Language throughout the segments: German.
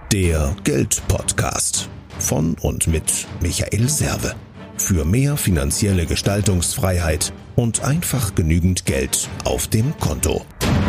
Der Geld-Podcast von und mit Michael Serve. Für mehr finanzielle Gestaltungsfreiheit und einfach genügend Geld auf dem Konto.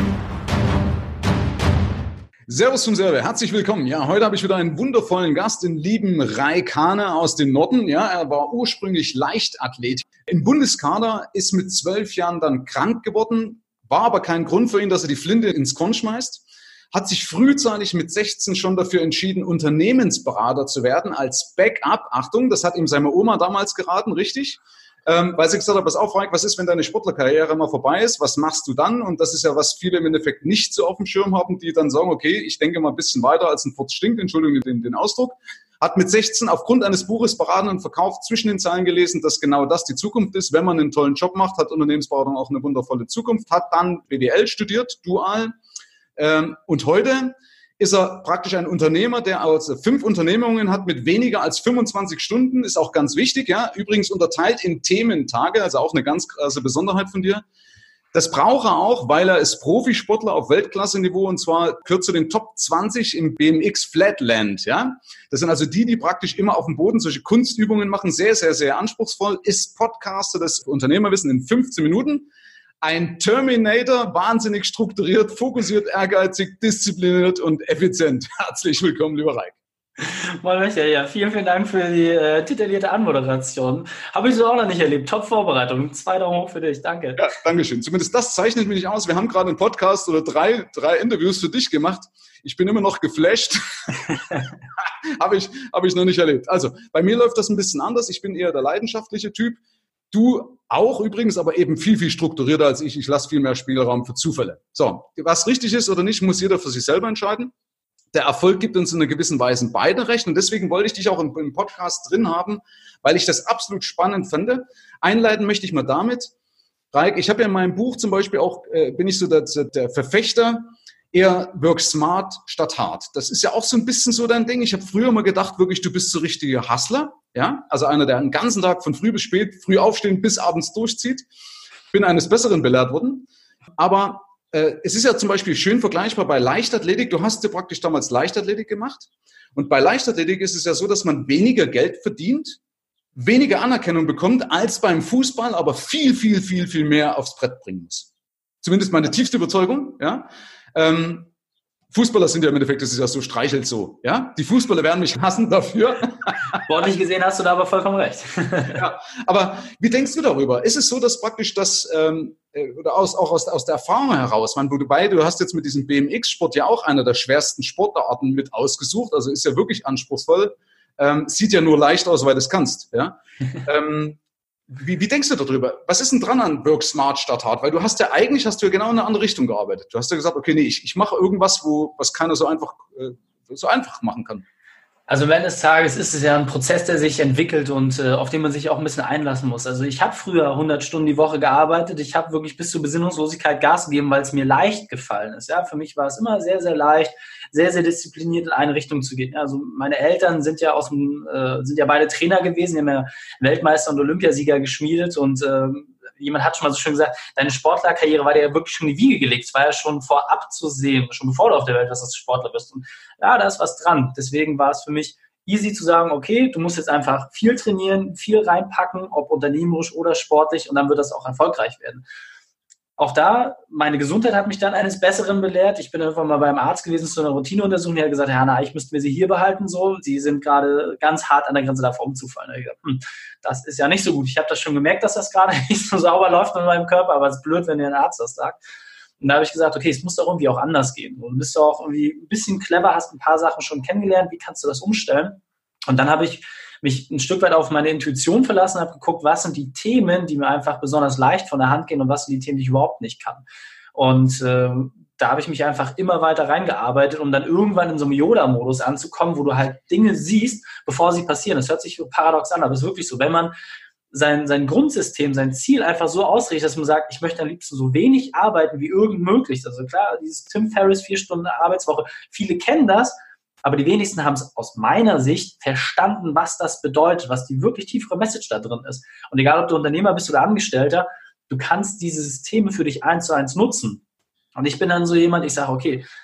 Servus zum Serve, herzlich willkommen. Ja, heute habe ich wieder einen wundervollen Gast, den lieben Raik Hane aus dem Norden. Ja, er war ursprünglich Leichtathlet. Im Bundeskader, ist mit 12 Jahren dann krank geworden, war aber kein Grund für ihn, dass er die Flinte ins Korn schmeißt. Hat sich frühzeitig mit 16 schon dafür entschieden, Unternehmensberater zu werden als Backup. Achtung, das hat ihm seine Oma damals geraten, richtig? Weil sie gesagt hat, pass auf, Raik, was ist, wenn deine Sportlerkarriere mal vorbei ist? Was machst du dann? Und das ist ja, was viele im Endeffekt nicht so auf dem Schirm haben, die dann sagen, okay, ich denke mal ein bisschen weiter als ein Furz stinkt, Entschuldigung den Ausdruck. Hat mit 16 aufgrund eines Buches Beraten und Verkauf zwischen den Zeilen gelesen, dass genau das die Zukunft ist. Wenn man einen tollen Job macht, hat Unternehmensberatung auch eine wundervolle Zukunft. Hat dann BWL studiert, dual. Und heute ist er praktisch ein Unternehmer, der also 5 Unternehmungen hat mit weniger als 25 Stunden, ist auch ganz wichtig, ja. Übrigens unterteilt in Thementage, also auch eine ganz krasse Besonderheit von dir. Das braucht er auch, weil er ist Profisportler auf Weltklasse-Niveau und zwar gehört zu den Top 20 im BMX Flatland, ja. Das sind also die praktisch immer auf dem Boden solche Kunstübungen machen, sehr, sehr, sehr anspruchsvoll, ist Podcaster des Unternehmerwissen in 15 Minuten. Ein Terminator, wahnsinnig strukturiert, fokussiert, ehrgeizig, diszipliniert und effizient. Herzlich willkommen, lieber Raik. Moin Michael, ja, vielen Dank für die detaillierte Anmoderation. Habe ich so auch noch nicht erlebt. Top Vorbereitung. 2 Daumen hoch für dich. Danke. Ja, Dankeschön. Zumindest das zeichnet mich nicht aus. Wir haben gerade einen Podcast oder drei Interviews für dich gemacht. Ich bin immer noch geflasht. Habe ich noch nicht erlebt. Also, bei mir läuft das ein bisschen anders. Ich bin eher der leidenschaftliche Typ. Du auch übrigens, aber eben viel, viel strukturierter als ich. Ich lasse viel mehr Spielraum für Zufälle. So, was richtig ist oder nicht, muss jeder für sich selber entscheiden. Der Erfolg gibt uns in einer gewissen Weise beide recht. Und deswegen wollte ich dich auch im Podcast drin haben, weil ich das absolut spannend fand. Einleiten möchte ich mal damit. Raik, ich habe ja in meinem Buch zum Beispiel auch, bin ich so der Verfechter, eher work smart statt hart. Das ist ja auch so ein bisschen so dein Ding. Ich habe früher mal gedacht, wirklich, du bist so richtiger Hustler. Ja, also einer, der den ganzen Tag von früh bis spät, früh aufstehen bis abends durchzieht. Bin eines Besseren belehrt worden. Aber es ist ja zum Beispiel schön vergleichbar bei Leichtathletik. Du hast ja praktisch damals Leichtathletik gemacht. Und bei Leichtathletik ist es ja so, dass man weniger Geld verdient, weniger Anerkennung bekommt, als beim Fußball, aber viel, viel, viel, viel mehr aufs Brett bringen muss. Zumindest meine tiefste Überzeugung. Ja. Fußballer sind ja im Endeffekt, das ist ja so, streichelt so. Ja? Die Fußballer werden mich hassen dafür. Sportlich gesehen hast du da aber vollkommen recht. Ja, aber wie denkst du darüber? Ist es so, dass praktisch das, oder aus der Erfahrung heraus, du hast jetzt mit diesem BMX-Sport ja auch einer der schwersten Sportarten mit ausgesucht, also ist ja wirklich anspruchsvoll, sieht ja nur leicht aus, weil du es kannst. Ja? Wie denkst du darüber? Was ist denn dran an Work Smart statt Hard? Weil du hast ja genau in eine andere Richtung gearbeitet. Du hast ja gesagt, okay, nee, ich mache irgendwas, was keiner so einfach machen kann. Also am Ende des Tages ist es ja ein Prozess, der sich entwickelt und auf den man sich auch ein bisschen einlassen muss. Also ich habe früher 100 Stunden die Woche gearbeitet. Ich habe wirklich bis zur Besinnungslosigkeit Gas gegeben, weil es mir leicht gefallen ist. Ja, für mich war es immer sehr, sehr leicht, sehr, sehr diszipliniert in eine Richtung zu gehen. Also meine Eltern sind ja beide Trainer gewesen, die haben ja Weltmeister und Olympiasieger geschmiedet und jemand hat schon mal so schön gesagt, deine Sportlerkarriere war dir ja wirklich schon in die Wiege gelegt. Es war ja schon vorab zu sehen, schon bevor du auf der Welt warst, dass du Sportler bist. Und ja, da ist was dran. Deswegen war es für mich easy zu sagen, okay, du musst jetzt einfach viel trainieren, viel reinpacken, ob unternehmerisch oder sportlich, und dann wird das auch erfolgreich werden. Auch da, meine Gesundheit hat mich dann eines Besseren belehrt. Ich bin einfach mal beim Arzt gewesen zu einer Routineuntersuchung. Der hat gesagt, Herr Hane, eigentlich müssten wir Sie hier behalten. So, Sie sind gerade ganz hart an der Grenze davor umzufallen. Da habe ich gesagt, das ist ja nicht so gut. Ich habe das schon gemerkt, dass das gerade nicht so sauber läuft in meinem Körper, aber es ist blöd, wenn der Arzt das sagt. Und da habe ich gesagt, okay, es muss doch irgendwie auch anders gehen. Du bist doch auch irgendwie ein bisschen clever, hast ein paar Sachen schon kennengelernt. Wie kannst du das umstellen? Und dann habe ich mich ein Stück weit auf meine Intuition verlassen, habe geguckt, was sind die Themen, die mir einfach besonders leicht von der Hand gehen und was sind die Themen, die ich überhaupt nicht kann. Und da habe ich mich einfach immer weiter reingearbeitet, um dann irgendwann in so einem Yoda-Modus anzukommen, wo du halt Dinge siehst, bevor sie passieren. Das hört sich so paradox an, aber es ist wirklich so. Wenn man sein Grundsystem, sein Ziel einfach so ausrichtet, dass man sagt, ich möchte am liebsten so wenig arbeiten wie irgend möglich. Also klar, dieses Tim Ferriss 4 Stunden Arbeitswoche, viele kennen das, aber die wenigsten haben es aus meiner Sicht verstanden, was das bedeutet, was die wirklich tiefere Message da drin ist. Und egal, ob du Unternehmer bist oder Angestellter, du kannst diese Systeme für dich 1:1 nutzen. Und ich bin dann so jemand, ich sage, okay,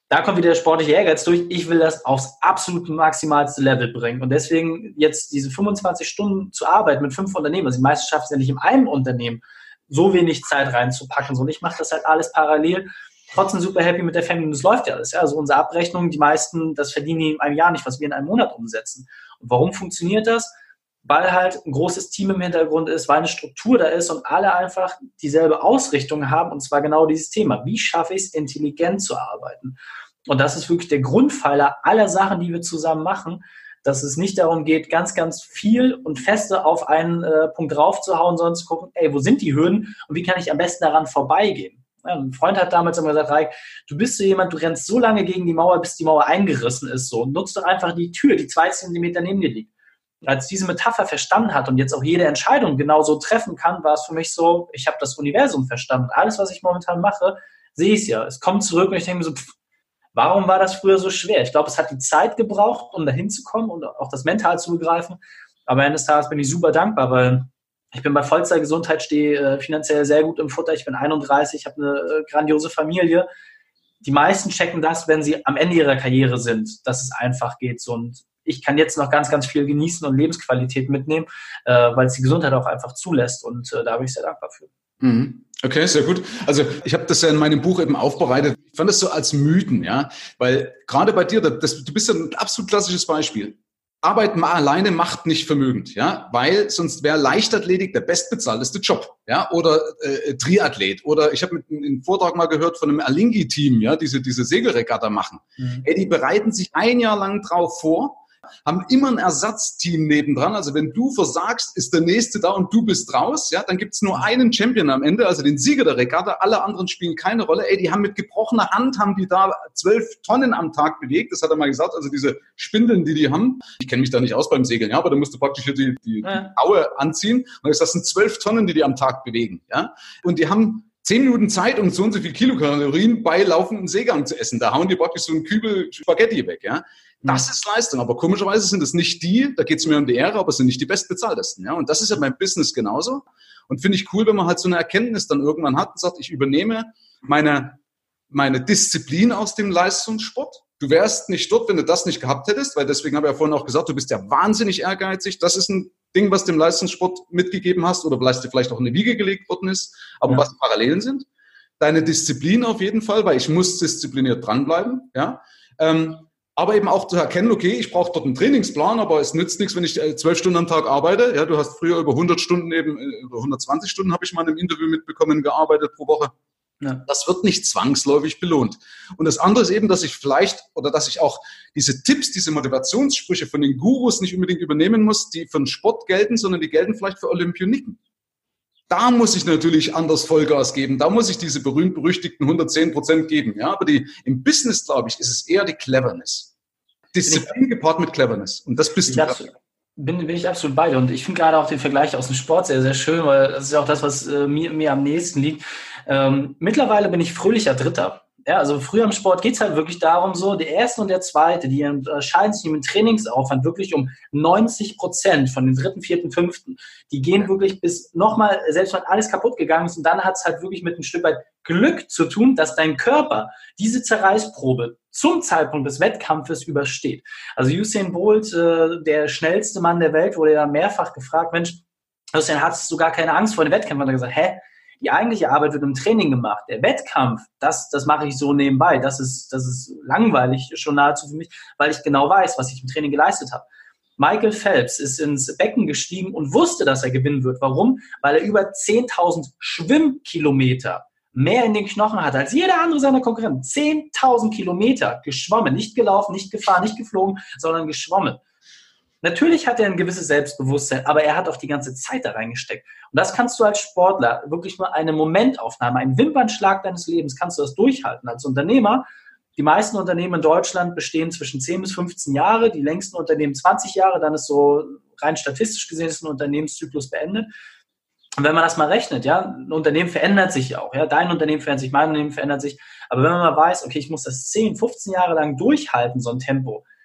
Da kommt wieder der sportliche Ehrgeiz durch. Ich will das aufs absolut maximalste Level bringen. Und deswegen jetzt diese 25 Stunden zu arbeiten mit 5 Unternehmen, also die meisten schaffen es ja nicht in einem Unternehmen, so wenig Zeit reinzupacken. So, und ich mache das halt alles parallel. Trotzdem super happy mit der Family. Und das läuft ja alles. Ja? Also unsere Abrechnung, die meisten, das verdienen die in einem Jahr nicht, was wir in einem Monat umsetzen. Und warum funktioniert das? Weil halt ein großes Team im Hintergrund ist, weil eine Struktur da ist und alle einfach dieselbe Ausrichtung haben, und zwar genau dieses Thema. Wie schaffe ich es, intelligent zu arbeiten? Und das ist wirklich der Grundpfeiler aller Sachen, die wir zusammen machen, dass es nicht darum geht, ganz, ganz viel und feste auf einen Punkt draufzuhauen, sondern zu gucken, ey, wo sind die Hürden und wie kann ich am besten daran vorbeigehen? Ja, ein Freund hat damals immer gesagt, Raik, du bist so jemand, du rennst so lange gegen die Mauer, bis die Mauer eingerissen ist. So, nutzt doch einfach die Tür, die 2 Zentimeter neben dir liegt. Als diese Metapher verstanden hat und jetzt auch jede Entscheidung genauso treffen kann, war es für mich so, ich habe das Universum verstanden. Alles, was ich momentan mache, sehe ich es ja. Es kommt zurück und ich denke mir so, warum war das früher so schwer? Ich glaube, es hat die Zeit gebraucht, um da hinzukommen und auch das mental zu begreifen. Aber Ende des Tages bin ich super dankbar, weil ich bin bei Vollzeitgesundheit, stehe finanziell sehr gut im Futter. Ich bin 31, habe eine grandiose Familie. Die meisten checken das, wenn sie am Ende ihrer Karriere sind, dass es einfach geht. So, und ich kann jetzt noch ganz, ganz viel genießen und Lebensqualität mitnehmen, weil es die Gesundheit auch einfach zulässt. Und da bin ich sehr dankbar für. Okay, sehr gut. Also ich habe das ja in meinem Buch eben aufbereitet. Ich fand das so als Mythen, ja, weil gerade bei dir, du bist ja ein absolut klassisches Beispiel. Arbeit alleine macht nicht vermögend, ja, weil sonst wäre Leichtathletik der bestbezahlteste Job, ja, oder Triathlet. Oder ich habe einen Vortrag mal gehört von einem Alinghi-Team, ja, diese Segelregatta machen. Ey, die bereiten sich ein Jahr lang drauf vor, haben immer ein Ersatzteam nebendran. Also wenn du versagst, ist der Nächste da und du bist raus. Ja, dann gibt's nur einen Champion am Ende, also den Sieger der Regatta. Alle anderen spielen keine Rolle. Ey, die haben mit gebrochener Hand, haben die da 12 Tonnen am Tag bewegt. Das hat er mal gesagt. Also diese Spindeln, die haben. Ich kenne mich da nicht aus beim Segeln, ja, aber da musst du praktisch hier die Aue anziehen. Und das sind 12 Tonnen, die am Tag bewegen. Ja, und die haben 10 Minuten Zeit, um so und so viel Kilokalorien bei laufendem Seegang zu essen. Da hauen die praktisch so einen Kübel Spaghetti weg, ja. Das ist Leistung, aber komischerweise sind es nicht die, da geht es mir um die Ehre, aber es sind nicht die bestbezahltesten, ja. Und das ist ja beim Business genauso. Und finde ich cool, wenn man halt so eine Erkenntnis dann irgendwann hat und sagt, ich übernehme meine Disziplin aus dem Leistungssport. Du wärst nicht dort, wenn du das nicht gehabt hättest, weil deswegen habe ich ja vorhin auch gesagt, du bist ja wahnsinnig ehrgeizig. Das ist ein Ding, was dem Leistungssport mitgegeben hast oder vielleicht auch in die Wiege gelegt worden ist, aber was Parallelen sind. Deine Disziplin auf jeden Fall, weil ich muss diszipliniert dranbleiben, ja. Aber eben auch zu erkennen, okay, ich brauche dort einen Trainingsplan, aber es nützt nichts, wenn ich 12 Stunden am Tag arbeite. Ja, du hast früher über 100 Stunden über 120 Stunden habe ich mal in einem Interview mitbekommen, gearbeitet pro Woche. Ja. Das wird nicht zwangsläufig belohnt. Und das andere ist eben, dass ich auch diese Tipps, diese Motivationssprüche von den Gurus nicht unbedingt übernehmen muss, die für den Sport gelten, sondern die gelten vielleicht für Olympioniken. Da muss ich natürlich anders Vollgas geben. Da muss ich diese berühmt-berüchtigten 110% geben. Ja, aber im Business, glaube ich, ist es eher die Cleverness. Disziplin gepaart mit Cleverness. Und das bist du. Bin ich absolut bei dir. Und ich finde gerade auch den Vergleich aus dem Sport sehr, sehr schön, weil das ist ja auch das, was mir am nächsten liegt. Mittlerweile bin ich fröhlicher Dritter. Ja, also früher im Sport geht's halt wirklich darum, so der Erste und der Zweite, die entscheiden sich im Trainingsaufwand wirklich um 90% von den Dritten, Vierten, Fünften. Die gehen wirklich bis nochmal, selbst wenn alles kaputt gegangen ist, und dann hat's halt wirklich mit ein Stück weit Glück zu tun, dass dein Körper diese Zerreißprobe zum Zeitpunkt des Wettkampfes übersteht. Also Usain Bolt, der schnellste Mann der Welt, wurde ja mehrfach gefragt, Mensch, Usain, hattest du gar keine Angst vor den Wettkämpfen? Hat er gesagt, die eigentliche Arbeit wird im Training gemacht. Der Wettkampf, das mache ich so nebenbei. Das ist langweilig schon nahezu für mich, weil ich genau weiß, was ich im Training geleistet habe. Michael Phelps ist ins Becken gestiegen und wusste, dass er gewinnen wird. Warum? Weil er über 10.000 Schwimmkilometer mehr in den Knochen hatte als jeder andere seiner Konkurrenten. 10.000 Kilometer geschwommen, nicht gelaufen, nicht gefahren, nicht geflogen, sondern geschwommen. Natürlich hat er ein gewisses Selbstbewusstsein, aber er hat auch die ganze Zeit da reingesteckt. Und das kannst du als Sportler, wirklich nur eine Momentaufnahme, einen Wimpernschlag deines Lebens, kannst du das durchhalten. Als Unternehmer, die meisten Unternehmen in Deutschland bestehen zwischen 10 bis 15 Jahre, die längsten Unternehmen 20 Jahre, dann ist so rein statistisch gesehen ist ein Unternehmenszyklus beendet. Und wenn man das mal rechnet, ja, ein Unternehmen verändert sich ja auch, ja, dein Unternehmen verändert sich, mein Unternehmen verändert sich, aber wenn man mal weiß, okay, ich muss das 10, 15 Jahre lang durchhalten, so ein Tempo,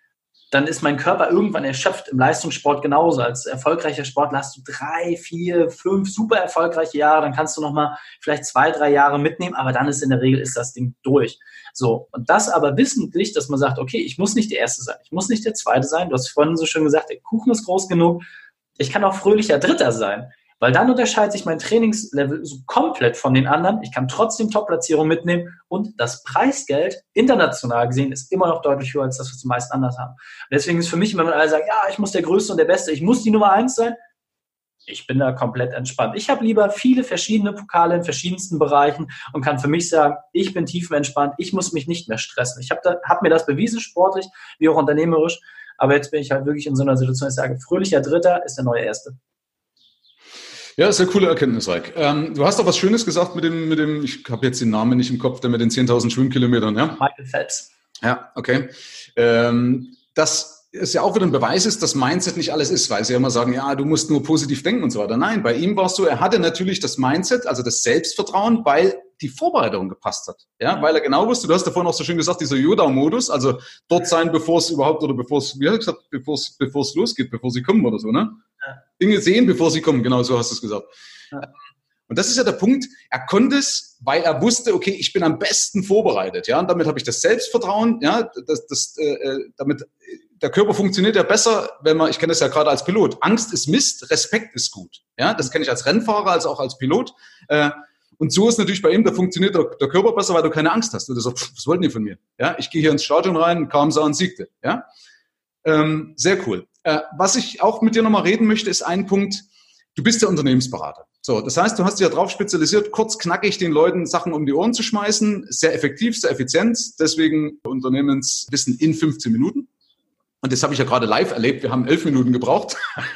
dann ist mein Körper irgendwann erschöpft. Im Leistungssport genauso. Als erfolgreicher Sportler hast du 3, 4, 5 super erfolgreiche Jahre, dann kannst du nochmal vielleicht 2, 3 Jahre mitnehmen, aber dann ist in der Regel das Ding durch. So, und das aber wissentlich, dass man sagt, okay, ich muss nicht der Erste sein, ich muss nicht der Zweite sein. Du hast vorhin so schön gesagt, der Kuchen ist groß genug. Ich kann auch fröhlicher Dritter sein, weil dann unterscheidet sich mein Trainingslevel so komplett von den anderen. Ich kann trotzdem Top-Platzierung mitnehmen und das Preisgeld international gesehen ist immer noch deutlich höher als das, was die meisten anders haben. Und deswegen ist für mich, wenn man alle sagt, ja, ich muss der Größte und der Beste, ich muss die Nummer 1 sein, ich bin da komplett entspannt. Ich habe lieber viele verschiedene Pokale in verschiedensten Bereichen und kann für mich sagen, ich bin tiefenentspannt, ich muss mich nicht mehr stressen. Ich hab mir das bewiesen, sportlich wie auch unternehmerisch, aber jetzt bin ich halt wirklich in so einer Situation, dass ich sage, fröhlicher Dritter ist der neue Erste. Ja, das ist eine coole Erkenntnis, Raik. Du hast doch was Schönes gesagt mit dem, ich habe jetzt den Namen nicht im Kopf, der mit den 10.000 Schwimmkilometern, ja? Michael Phelps. Ja, okay. Das ist ja auch wieder ein Beweis ist, dass Mindset nicht alles ist, weil sie ja immer sagen, ja, du musst nur positiv denken und so weiter. Nein, bei ihm war es so, er hatte natürlich das Mindset, also das Selbstvertrauen, weil die Vorbereitung gepasst hat. Ja, weil er genau wusste, du hast ja vorhin auch so schön gesagt, dieser Yoda-Modus, also dort sein, bevor es überhaupt, oder bevor es losgeht, bevor sie kommen oder so, ne? Ja. Dinge sehen, bevor sie kommen, genau so hast du es gesagt. Ja. Und das ist ja der Punkt, er konnte es, weil er wusste, okay, ich bin am besten vorbereitet, ja, und damit habe ich das Selbstvertrauen, ja, damit der Körper funktioniert ja besser, ich kenne das ja gerade als Pilot, Angst ist Mist, Respekt ist gut, ja, das kenne ich als Rennfahrer, als auch als Pilot, und so ist natürlich bei ihm, da funktioniert der Körper besser, weil du keine Angst hast, und du sagst, was wollten die von mir, ja, ich gehe hier ins Stadion rein, kam, sah und siegte, ja, sehr cool. Was ich auch mit dir nochmal reden möchte, ist ein Punkt, du bist ja Unternehmensberater. So, das heißt, du hast dich ja darauf spezialisiert, kurz knackig den Leuten Sachen um die Ohren zu schmeißen, sehr effektiv, sehr effizient, deswegen Unternehmenswissen in 15 Minuten. Und das habe ich ja gerade live erlebt, wir haben 11 Minuten gebraucht.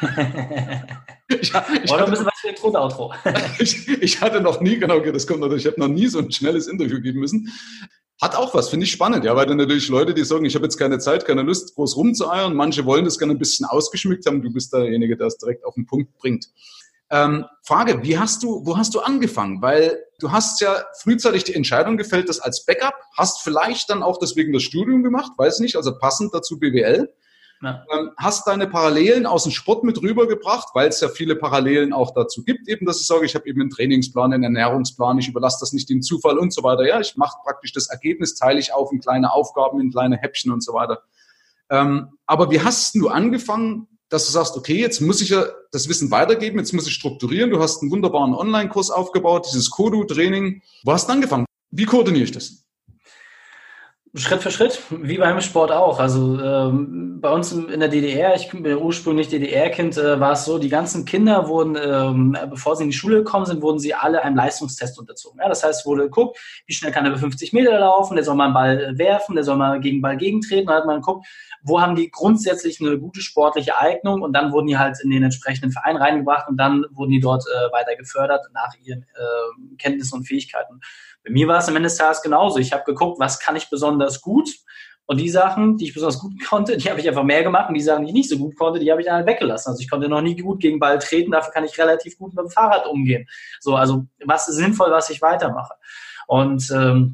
Ich hatte ein bisschen was für ein Intro-Outro. Ich hatte noch nie, genau, das kommt natürlich, ich habe noch nie so ein schnelles Interview geben müssen. Hat auch was, finde ich spannend, ja, weil dann natürlich Leute, die sagen, ich habe jetzt keine Zeit, keine Lust, groß rumzueiern. Manche wollen das gerne ein bisschen ausgeschmückt haben. Du bist derjenige, der es direkt auf den Punkt bringt. Frage, wo hast du angefangen? Weil du hast ja frühzeitig die Entscheidung gefällt, das als Backup, hast vielleicht dann auch deswegen das Studium gemacht, weiß nicht, also passend dazu BWL. Ja. Hast deine Parallelen aus dem Sport mit rübergebracht, weil es ja viele Parallelen auch dazu gibt, eben, dass ich sage, ich habe eben einen Trainingsplan, einen Ernährungsplan, ich überlasse das nicht dem Zufall und so weiter. Ja, ich mache praktisch das Ergebnis, teile ich auf in kleine Aufgaben, in kleine Häppchen und so weiter. Aber wie hast du angefangen, dass du sagst, okay, jetzt muss ich ja das Wissen weitergeben, jetzt muss ich strukturieren. Du hast einen wunderbaren Online-Kurs aufgebaut, dieses Kodu-Training. Wo hast du angefangen? Wie koordiniere ich das? Schritt für Schritt, wie beim Sport auch. Also bei uns in der DDR, ich bin ursprünglich DDR-Kind, war es so, die ganzen Kinder wurden, bevor sie in die Schule gekommen sind, wurden sie alle einem Leistungstest unterzogen. Ja, das heißt, wurde geguckt, wie schnell kann er über 50 Meter laufen, der soll mal einen Ball werfen, der soll mal gegen Ball gegentreten. Dann hat man geguckt, wo haben die grundsätzlich eine gute sportliche Eignung, und dann wurden die halt in den entsprechenden Verein reingebracht und dann wurden die dort weiter gefördert nach ihren Kenntnissen und Fähigkeiten. Bei mir war es am Ende des Tages genauso. Ich habe geguckt, was kann ich besonders gut, und die Sachen, die ich besonders gut konnte, die habe ich einfach mehr gemacht, und die Sachen, die ich nicht so gut konnte, die habe ich dann halt weggelassen. Also ich konnte noch nie gut gegen Ball treten, dafür kann ich relativ gut mit dem Fahrrad umgehen. So, also was ist sinnvoll, was ich weitermache. Und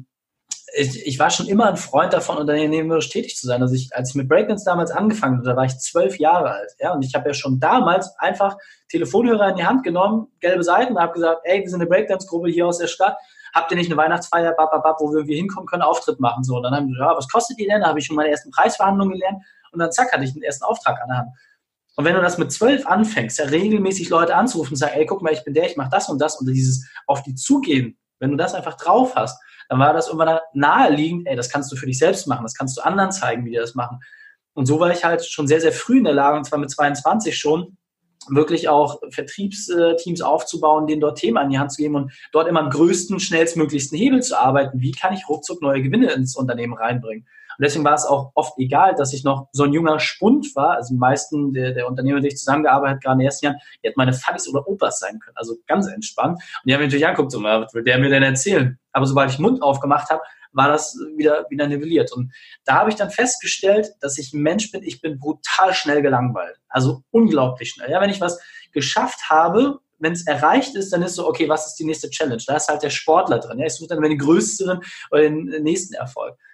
ich war schon immer ein Freund davon, unternehmerisch tätig zu sein. Also als ich mit Breakdance damals angefangen habe, da war ich 12 Jahre alt. Ja, und ich habe ja schon damals einfach Telefonhörer in die Hand genommen, gelbe Seiten, und habe gesagt, ey, wir sind eine Breakdance-Gruppe hier aus der Stadt. Habt ihr nicht eine Weihnachtsfeier, wo wir irgendwie hinkommen können, Auftritt machen? So, und dann haben wir gesagt, ja, was kostet die denn? Da habe ich schon meine ersten Preisverhandlungen gelernt, und dann zack, hatte ich den ersten Auftrag an der Hand. Und wenn du das mit 12 anfängst, ja regelmäßig Leute anzurufen und sagen, ey, guck mal, ich bin der, ich mache das und dieses auf die zugehen, wenn du das einfach drauf hast, dann war das irgendwann naheliegend, ey, das kannst du für dich selbst machen, das kannst du anderen zeigen, wie die das machen. Und so war ich halt schon sehr, sehr früh in der Lage, und zwar mit 22 schon, wirklich auch Vertriebsteams aufzubauen, denen dort Themen an die Hand zu geben und dort immer am größten, schnellstmöglichsten Hebel zu arbeiten. Wie kann ich ruckzuck neue Gewinne ins Unternehmen reinbringen? Und deswegen war es auch oft egal, dass ich noch so ein junger Spund war. Also die meisten der Unternehmer, mit denen ich zusammengearbeitet habe, gerade in den ersten Jahren, die hätten meine Fadis oder Opas sein können. Also ganz entspannt. Und die haben mich natürlich angeguckt, so, was will der mir denn erzählen? Aber sobald ich den Mund aufgemacht habe, war das wieder nivelliert. Und da habe ich dann festgestellt, dass ich ein Mensch bin, ich bin brutal schnell gelangweilt. Also unglaublich schnell. Ja, wenn ich was geschafft habe, wenn es erreicht ist, dann ist so, okay, was ist die nächste Challenge? Da ist halt der Sportler drin. Ja, ich suche dann den größeren oder den nächsten Erfolg.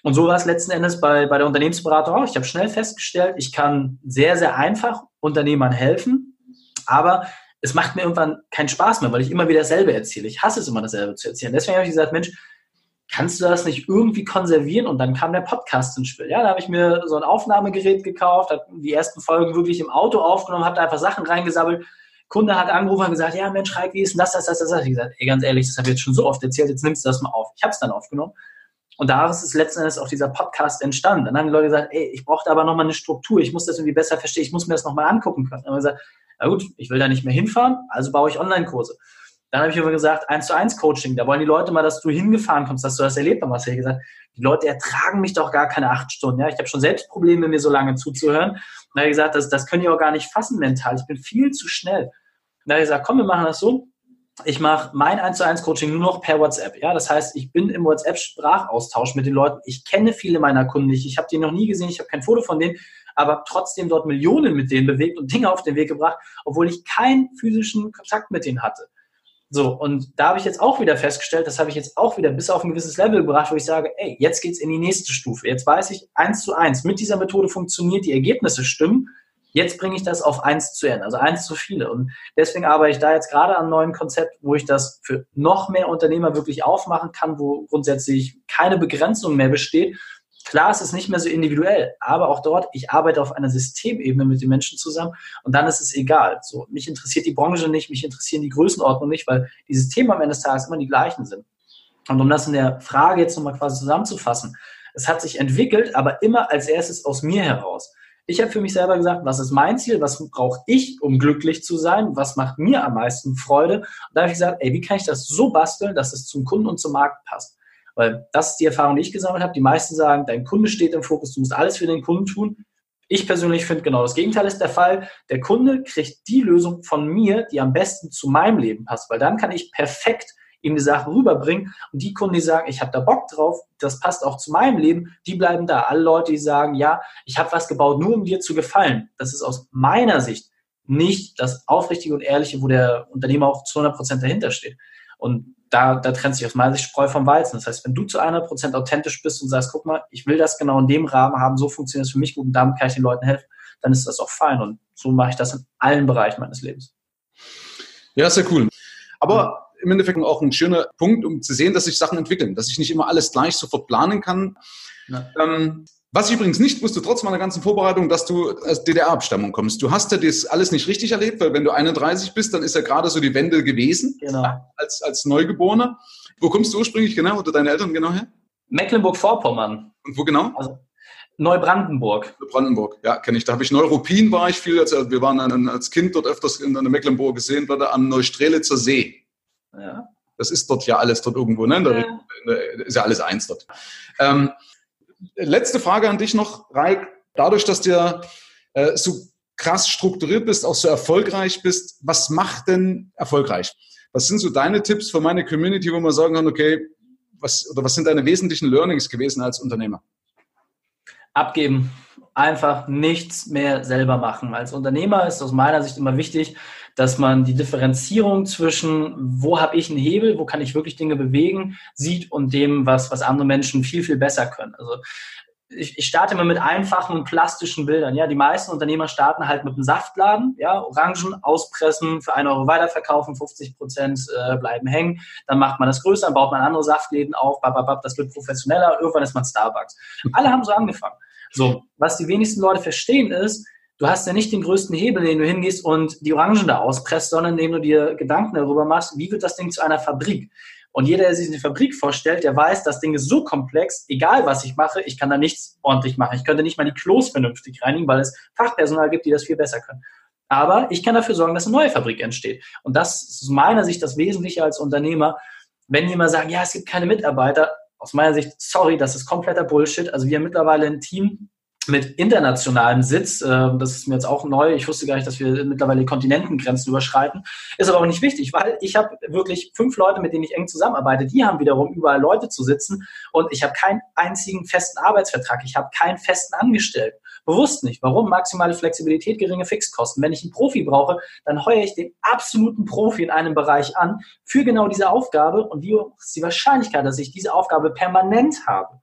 Und so war es letzten Endes bei der Unternehmensberatung auch. Ich habe schnell festgestellt, ich kann sehr, sehr einfach Unternehmern helfen, aber es macht mir irgendwann keinen Spaß mehr, weil ich immer wieder dasselbe erzähle. Ich hasse es immer, dasselbe zu erzählen. Deswegen habe ich gesagt, Mensch, kannst du das nicht irgendwie konservieren? Und dann kam der Podcast ins Spiel. Ja, da habe ich mir so ein Aufnahmegerät gekauft, habe die ersten Folgen wirklich im Auto aufgenommen, habe da einfach Sachen reingesammelt. Kunde hat angerufen und gesagt, ja Mensch, Raik, wie ist denn das? Ich habe gesagt, ey, ganz ehrlich, das habe ich jetzt schon so oft erzählt, jetzt nimmst du das mal auf. Ich habe es dann aufgenommen. Und daraus ist letzten Endes auch dieser Podcast entstanden. Dann haben die Leute gesagt, ey, ich brauchte aber nochmal eine Struktur, ich muss das irgendwie besser verstehen, ich muss mir das nochmal angucken können. Dann haben wir gesagt, na gut, ich will da nicht mehr hinfahren, also baue ich Online-Kurse. Dann habe ich immer gesagt, 1:1 Coaching, da wollen die Leute mal, dass du hingefahren kommst, dass du das erlebt hast. Ich habe gesagt, die Leute ertragen mich doch gar keine 8 Stunden. Ja? Ich habe schon selbst Probleme, mir so lange zuzuhören. Und dann habe ich gesagt, das können die auch gar nicht fassen mental, ich bin viel zu schnell. Und dann habe ich gesagt, komm, wir machen das so, ich mache mein 1:1 Coaching nur noch per WhatsApp. Ja, das heißt, ich bin im WhatsApp-Sprachaustausch mit den Leuten. Ich kenne viele meiner Kunden nicht. Ich habe die noch nie gesehen. Ich habe kein Foto von denen, aber trotzdem dort Millionen mit denen bewegt und Dinge auf den Weg gebracht, obwohl ich keinen physischen Kontakt mit denen hatte. So, und da habe ich jetzt auch wieder festgestellt, das habe ich jetzt auch wieder bis auf ein gewisses Level gebracht, wo ich sage, ey, jetzt geht's in die nächste Stufe. Jetzt weiß ich, 1:1 mit dieser Methode funktioniert, die Ergebnisse stimmen. Jetzt bringe ich das auf 1:n, also 1 zu viele. Und deswegen arbeite ich da jetzt gerade an einem neuen Konzept, wo ich das für noch mehr Unternehmer wirklich aufmachen kann, wo grundsätzlich keine Begrenzung mehr besteht. Klar, es ist nicht mehr so individuell, aber auch dort, ich arbeite auf einer Systemebene mit den Menschen zusammen und dann ist es egal. So, mich interessiert die Branche nicht, mich interessieren die Größenordnung nicht, weil die Systeme am Ende des Tages immer die gleichen sind. Und um das in der Frage jetzt nochmal quasi zusammenzufassen, es hat sich entwickelt, aber immer als erstes aus mir heraus. Ich habe für mich selber gesagt, was ist mein Ziel, was brauche ich, um glücklich zu sein, was macht mir am meisten Freude. Und da habe ich gesagt, ey, wie kann ich das so basteln, dass es zum Kunden und zum Markt passt? Weil das ist die Erfahrung, die ich gesammelt habe. Die meisten sagen, dein Kunde steht im Fokus, du musst alles für den Kunden tun. Ich persönlich finde genau das Gegenteil ist der Fall. Der Kunde kriegt die Lösung von mir, die am besten zu meinem Leben passt, weil dann kann ich perfekt ihm die Sachen rüberbringen und die Kunden, die sagen, ich habe da Bock drauf, das passt auch zu meinem Leben, die bleiben da. Alle Leute, die sagen, ja, ich habe was gebaut, nur um dir zu gefallen, das ist aus meiner Sicht nicht das Aufrichtige und Ehrliche, wo der Unternehmer auch zu 100% dahinter steht. Und da trennt sich aus meiner Sicht Spreu vom Weizen. Das heißt, wenn du zu 100% authentisch bist und sagst, guck mal, ich will das genau in dem Rahmen haben, so funktioniert es für mich gut und damit kann ich den Leuten helfen, dann ist das auch fein. Und so mache ich das in allen Bereichen meines Lebens. Ja, sehr cool. Aber im Endeffekt auch ein schöner Punkt, um zu sehen, dass sich Sachen entwickeln, dass ich nicht immer alles gleich sofort planen kann. Ja. Was ich übrigens nicht wusste, trotz meiner ganzen Vorbereitung, dass du aus DDR-Abstammung kommst. Du hast ja das alles nicht richtig erlebt, weil wenn du 31 bist, dann ist ja gerade so die Wende gewesen, genau. als Neugeborener. Wo kommst du ursprünglich genau oder deine Eltern genau her? Mecklenburg-Vorpommern. Und wo genau? Also Neubrandenburg. Neubrandenburg, ja, kenne ich. Da habe ich Neuruppin, war ich viel. Also wir waren als Kind dort öfters in der Mecklenburg gesehen, am Neustrelitzer See. Ja. Das ist dort ja alles dort irgendwo, ne? Ist ja alles eins dort. Letzte Frage an dich noch, Raik. Dadurch, dass du so krass strukturiert bist, auch so erfolgreich bist, was macht denn erfolgreich? Was sind so deine Tipps für meine Community, wo man sagen kann, okay, was sind deine wesentlichen Learnings gewesen als Unternehmer? Abgeben. Einfach nichts mehr selber machen. Als Unternehmer ist aus meiner Sicht immer wichtig, dass man die Differenzierung zwischen, wo habe ich einen Hebel, wo kann ich wirklich Dinge bewegen, sieht und dem, was andere Menschen viel, viel besser können. Also ich starte immer mit einfachen und plastischen Bildern. Ja, die meisten Unternehmer starten halt mit einem Saftladen, ja, Orangen auspressen, für 1 Euro weiterverkaufen, 50% bleiben hängen. Dann macht man das größer, dann baut man andere Saftläden auf, das wird professioneller, irgendwann ist man Starbucks. Alle haben so angefangen. So, was die wenigsten Leute verstehen ist, du hast ja nicht den größten Hebel, den du hingehst und die Orangen da auspresst, sondern indem du dir Gedanken darüber machst, wie wird das Ding zu einer Fabrik? Und jeder, der sich eine Fabrik vorstellt, der weiß, das Ding ist so komplex, egal was ich mache, ich kann da nichts ordentlich machen. Ich könnte nicht mal die Klos vernünftig reinigen, weil es Fachpersonal gibt, die das viel besser können. Aber ich kann dafür sorgen, dass eine neue Fabrik entsteht. Und das ist aus meiner Sicht das Wesentliche als Unternehmer. Wenn jemand sagt, ja, es gibt keine Mitarbeiter, aus meiner Sicht, sorry, das ist kompletter Bullshit. Also wir haben mittlerweile ein Team mit internationalem Sitz. Das ist mir jetzt auch neu. Ich wusste gar nicht, dass wir mittlerweile die Kontinentengrenzen überschreiten. Ist aber auch nicht wichtig, weil ich habe wirklich 5 Leute, mit denen ich eng zusammenarbeite. Die haben wiederum überall Leute zu sitzen und ich habe keinen einzigen festen Arbeitsvertrag. Ich habe keinen festen Angestellten. Bewusst nicht. Warum? Maximale Flexibilität, geringe Fixkosten. Wenn ich einen Profi brauche, dann heuere ich den absoluten Profi in einem Bereich an für genau diese Aufgabe und wie ist die Wahrscheinlichkeit, dass ich diese Aufgabe permanent habe.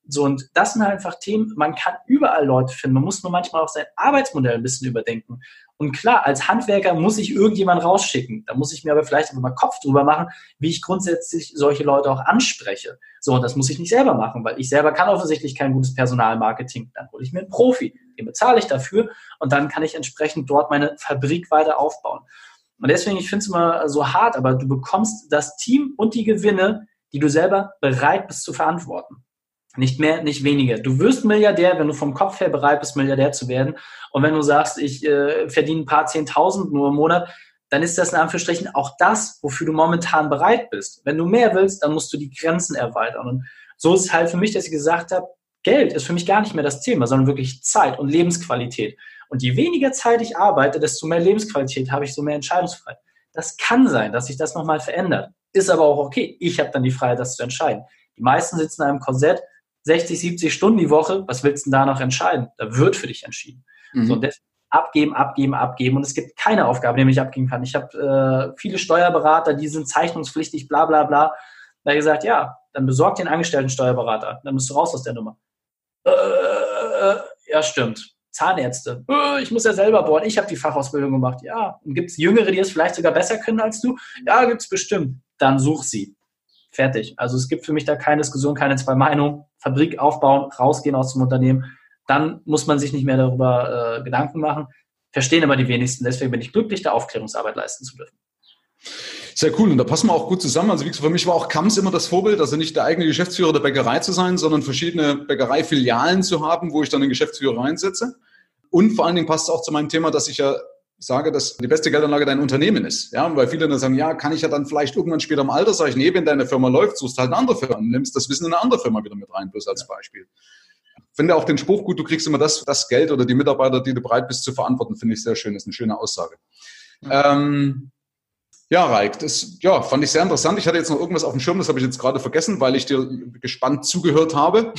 So, und das sind halt einfach Themen, man kann überall Leute finden. Man muss nur manchmal auch sein Arbeitsmodell ein bisschen überdenken. Und klar, als Handwerker muss ich irgendjemanden rausschicken. Da muss ich mir aber vielleicht einfach mal Kopf drüber machen, wie ich grundsätzlich solche Leute auch anspreche. So, und das muss ich nicht selber machen, weil ich selber kann offensichtlich kein gutes Personalmarketing. Dann hole ich mir einen Profi, den bezahle ich dafür und dann kann ich entsprechend dort meine Fabrik weiter aufbauen. Und deswegen, ich finde es immer so hart, aber du bekommst das Team und die Gewinne, die du selber bereit bist zu verantworten. Nicht mehr, nicht weniger. Du wirst Milliardär, wenn du vom Kopf her bereit bist, Milliardär zu werden. Und wenn du sagst, ich verdiene ein paar 10.000 nur im Monat, dann ist das in Anführungsstrichen auch das, wofür du momentan bereit bist. Wenn du mehr willst, dann musst du die Grenzen erweitern. Und so ist es halt für mich, dass ich gesagt habe, Geld ist für mich gar nicht mehr das Thema, sondern wirklich Zeit und Lebensqualität. Und je weniger Zeit ich arbeite, desto mehr Lebensqualität habe ich, so mehr Entscheidungsfreiheit. Das kann sein, dass sich das nochmal verändert. Ist aber auch okay. Ich habe dann die Freiheit, das zu entscheiden. Die meisten sitzen in einem Korsett, 60, 70 Stunden die Woche, was willst du denn da noch entscheiden? Da wird für dich entschieden. So, deswegen abgeben. Und es gibt keine Aufgabe, die ich abgeben kann. Ich habe viele Steuerberater, die sind zeichnungspflichtig, bla bla bla. Da habe ich gesagt, ja, dann besorg den angestellten Steuerberater. Dann bist du raus aus der Nummer. Ja, stimmt. Zahnärzte. Ich muss ja selber bohren. Ich habe die Fachausbildung gemacht. Ja. Und gibt es Jüngere, die es vielleicht sogar besser können als du? Ja, gibt es bestimmt. Dann such sie. Fertig. Also es gibt für mich da keine Diskussion, keine zwei Meinungen. Fabrik aufbauen, rausgehen aus dem Unternehmen. Dann muss man sich nicht mehr darüber Gedanken machen. Verstehen aber die wenigsten. Deswegen bin ich glücklich, da Aufklärungsarbeit leisten zu dürfen. Sehr cool. Und da passen wir auch gut zusammen. Also wie gesagt, für mich war auch Kamms immer das Vorbild, also nicht der eigene Geschäftsführer der Bäckerei zu sein, sondern verschiedene Bäckereifilialen zu haben, wo ich dann den Geschäftsführer reinsetze. Und vor allen Dingen passt es auch zu meinem Thema, dass ich ja sage, dass die beste Geldanlage dein Unternehmen ist. Ja, weil viele dann sagen, ja, kann ich ja dann vielleicht irgendwann später im Alter, sage ich, nee, wenn deine Firma läuft, suchst halt eine andere Firma und nimmst das Wissen in eine andere Firma wieder mit rein, bloß als Beispiel. Ich finde auch den Spruch gut, du kriegst immer das Geld oder die Mitarbeiter, die du bereit bist zu verantworten, finde ich sehr schön. Das ist eine schöne Aussage. Ja, Raik, das fand ich sehr interessant. Ich hatte jetzt noch irgendwas auf dem Schirm, das habe ich jetzt gerade vergessen, weil ich dir gespannt zugehört habe.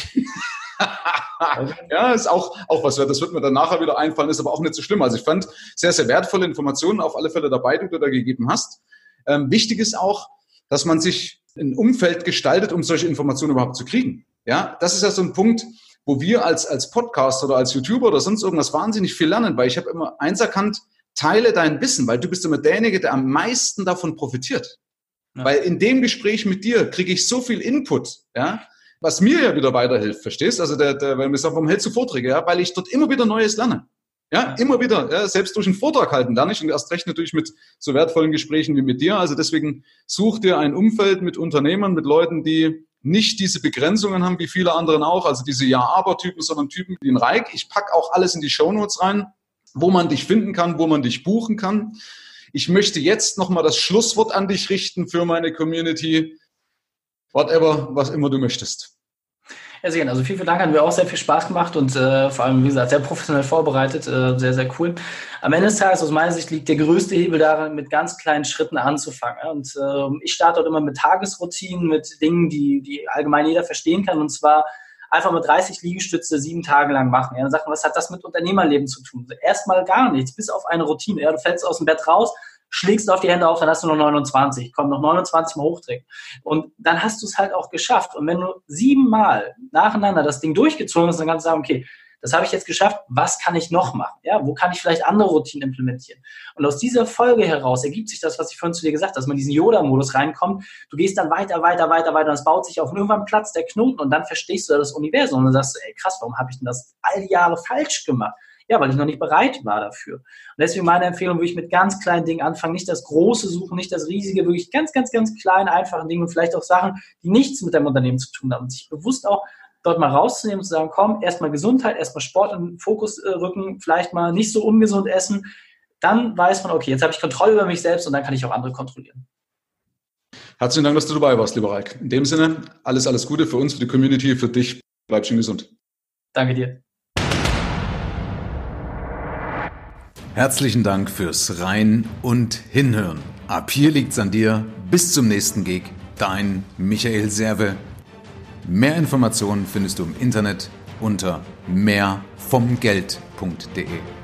Ja, ist auch was, das wird mir dann nachher wieder einfallen, ist aber auch nicht so schlimm. Also ich fand sehr, sehr wertvolle Informationen auf alle Fälle dabei, die du da gegeben hast. Wichtig ist auch, dass man sich ein Umfeld gestaltet, um solche Informationen überhaupt zu kriegen. Ja, das ist ja so ein Punkt, wo wir als Podcaster oder als YouTuber oder sonst irgendwas wahnsinnig viel lernen, weil ich habe immer eins erkannt, teile dein Wissen, weil du bist immer derjenige, der am meisten davon profitiert. Ja. Weil in dem Gespräch mit dir kriege ich so viel Input, ja, was mir ja wieder weiterhilft, verstehst? Also weil wir sagen, warum hältst du Vorträge? Ja, weil ich dort immer wieder Neues lerne. Ja, immer wieder. Ja, selbst durch einen Vortrag halten lerne ich und erst recht natürlich mit so wertvollen Gesprächen wie mit dir. Also deswegen such dir ein Umfeld mit Unternehmern, mit Leuten, die nicht diese Begrenzungen haben, wie viele anderen auch, also diese Ja-Aber-Typen, sondern Typen wie den Raik. Ich packe auch alles in die Shownotes rein, wo man dich finden kann, wo man dich buchen kann. Ich möchte jetzt nochmal das Schlusswort an dich richten für meine Community. Whatever, was immer du möchtest. Ja, sehr gerne. Also vielen Dank, hat mir auch sehr viel Spaß gemacht und vor allem, wie gesagt, sehr professionell vorbereitet, sehr, sehr cool. Am Ende des Tages, aus meiner Sicht, liegt der größte Hebel darin, mit ganz kleinen Schritten anzufangen. Ja? Und ich starte dort immer mit Tagesroutinen, mit Dingen, die allgemein jeder verstehen kann, und zwar einfach mit 30 Liegestütze 7 Tage lang machen. Ja? Dann sagt man, was hat das mit Unternehmerleben zu tun? Also erstmal gar nichts, bis auf eine Routine. Ja? Du fällst aus dem Bett raus, schlägst auf die Hände auf, dann hast du noch 29, komm, noch 29 Mal hochdrehen. Und dann hast du es halt auch geschafft. Und wenn du 7 Mal nacheinander das Ding durchgezogen hast, dann kannst du sagen, okay, das habe ich jetzt geschafft, was kann ich noch machen? Ja, wo kann ich vielleicht andere Routinen implementieren? Und aus dieser Folge heraus ergibt sich das, was ich vorhin zu dir gesagt habe, dass man in diesen Yoda-Modus reinkommt. Du gehst dann weiter, und es baut sich auf, und irgendwann platzt der Knoten und dann verstehst du das Universum und dann sagst du, ey krass, warum habe ich denn das all die Jahre falsch gemacht? Ja, weil ich noch nicht bereit war dafür. Und deswegen meine Empfehlung, wirklich mit ganz kleinen Dingen anfangen, nicht das Große suchen, nicht das Riesige, wirklich ganz, ganz, ganz kleine, einfache Dinge und vielleicht auch Sachen, die nichts mit deinem Unternehmen zu tun haben. Und sich bewusst auch dort mal rauszunehmen und zu sagen, komm, erstmal Gesundheit, erstmal Sport in den Fokus rücken, vielleicht mal nicht so ungesund essen. Dann weiß man, okay, jetzt habe ich Kontrolle über mich selbst und dann kann ich auch andere kontrollieren. Herzlichen Dank, dass du dabei warst, lieber Raik. In dem Sinne, alles Gute für uns, für die Community, für dich. Bleib schön gesund. Danke dir. Herzlichen Dank fürs Rein- und Hinhören. Ab hier liegt's an dir. Bis zum nächsten Gig. Dein Michael Serve. Mehr Informationen findest du im Internet unter mehrvomgeld.de.